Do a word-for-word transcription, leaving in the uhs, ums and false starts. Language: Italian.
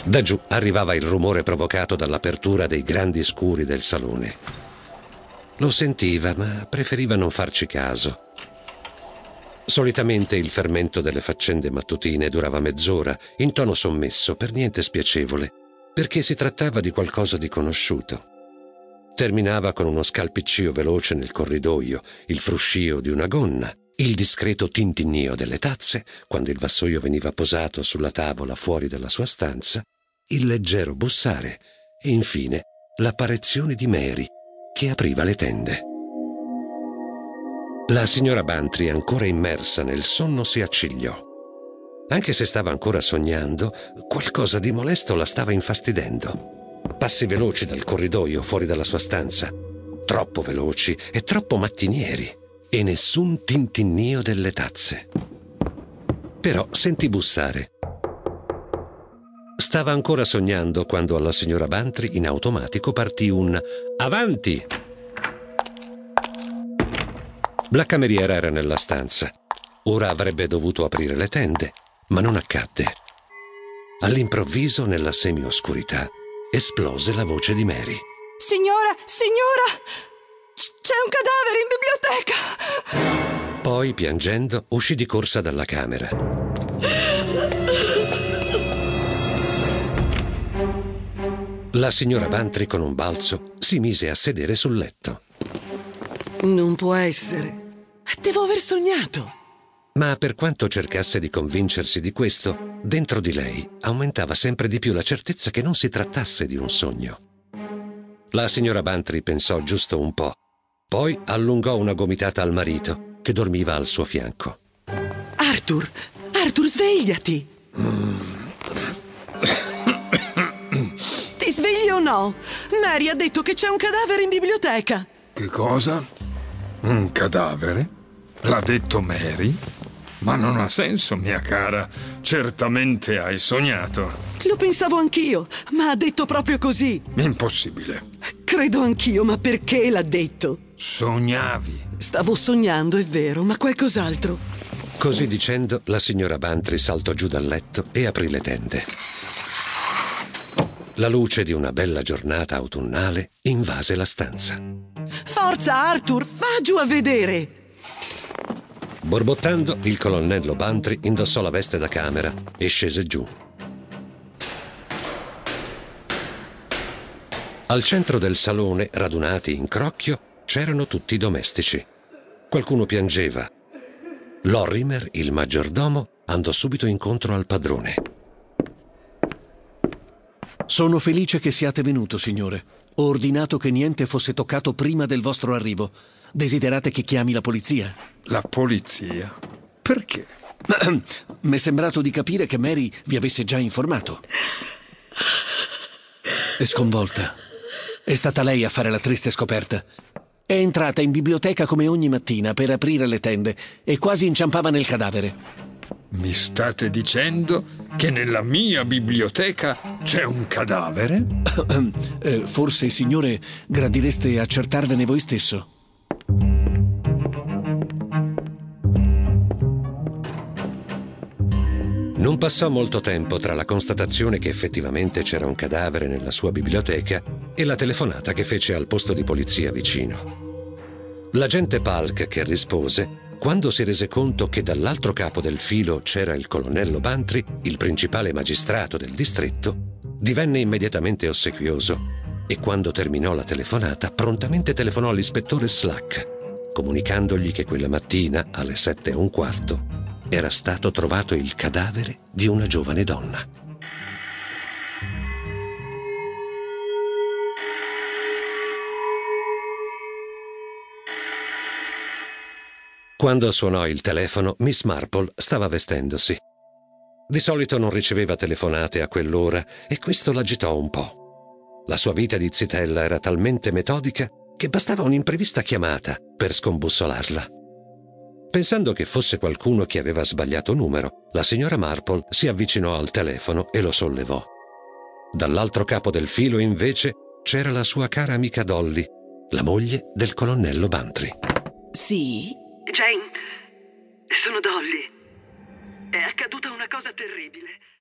Da giù arrivava il rumore provocato dall'apertura dei grandi scuri del salone. Lo sentiva, ma preferiva non farci caso. Solitamente il fermento delle faccende mattutine durava mezz'ora, in tono sommesso, per niente spiacevole, perché si trattava di qualcosa di conosciuto. Terminava con uno scalpiccio veloce nel corridoio, il fruscio di una gonna, il discreto tintinnio delle tazze quando il vassoio veniva posato sulla tavola fuori dalla sua stanza, il leggero bussare e infine l'apparizione di Mary che apriva le tende. La signora Bantry, ancora immersa nel sonno, si accigliò. Anche se stava ancora sognando, qualcosa di molesto la stava infastidendo. Passi veloci dal corridoio fuori dalla sua stanza, troppo veloci e troppo mattinieri, e nessun tintinnio delle tazze. Però sentì bussare. Stava ancora sognando quando alla signora Bantry in automatico partì un «Avanti!». La cameriera era nella stanza. Ora avrebbe dovuto aprire le tende, ma non accadde. All'improvviso, nella semioscurità, esplose la voce di Mary. Signora, signora, c'è un cadavere in biblioteca! Poi, piangendo, uscì di corsa dalla camera. La signora Bantry, con un balzo, si mise a sedere sul letto. Non può essere. Devo aver sognato. Ma per quanto cercasse di convincersi di questo, dentro di lei aumentava sempre di più la certezza che non si trattasse di un sogno. La signora Bantry pensò giusto un po', poi allungò una gomitata al marito, che dormiva al suo fianco. Arthur! Arthur, svegliati! Ti svegli o no? Mary ha detto che c'è un cadavere in biblioteca. Che cosa? Un cadavere? L'ha detto Mary? Ma non ha senso, mia cara. Certamente hai sognato. Lo pensavo anch'io, ma ha detto proprio così. Impossibile. Credo anch'io, ma perché l'ha detto? Sognavi. Stavo sognando, è vero, ma qualcos'altro. Così dicendo, la signora Bantry saltò giù dal letto e aprì le tende. La luce di una bella giornata autunnale invase la stanza. Forza, Arthur, va giù a vedere! Borbottando, il colonnello Bantry indossò la veste da camera e scese giù. Al centro del salone, radunati in crocchio, c'erano tutti i domestici. Qualcuno piangeva. Lorimer, il maggiordomo, andò subito incontro al padrone. Sono felice che siate venuto, signore. Ho ordinato che niente fosse toccato prima del vostro arrivo. Desiderate che chiami la polizia? La polizia? Perché? Mi è sembrato di capire che Mary vi avesse già informato. È sconvolta. È stata lei a fare la triste scoperta. È entrata in biblioteca come ogni mattina per aprire le tende e quasi inciampava nel cadavere. Mi state dicendo che nella mia biblioteca c'è un cadavere? eh, forse, signore, gradireste accertarvene voi stesso. Non passò molto tempo tra la constatazione che effettivamente c'era un cadavere nella sua biblioteca e la telefonata che fece al posto di polizia vicino. L'agente Palk che rispose, quando si rese conto che dall'altro capo del filo c'era il colonnello Bantry, il principale magistrato del distretto, divenne immediatamente ossequioso e quando terminò la telefonata prontamente telefonò all'ispettore Slack, comunicandogli che quella mattina alle sette e un quarto era stato trovato il cadavere di una giovane donna. Quando suonò il telefono, Miss Marple stava vestendosi. Di solito non riceveva telefonate a quell'ora e questo l'agitò un po'. La sua vita di zitella era talmente metodica che bastava un'imprevista chiamata per scombussolarla. Pensando che fosse qualcuno che aveva sbagliato numero, la signora Marple si avvicinò al telefono e lo sollevò. Dall'altro capo del filo, invece, c'era la sua cara amica Dolly, la moglie del colonnello Bantry. Sì? Jane, sono Dolly. È accaduta una cosa terribile.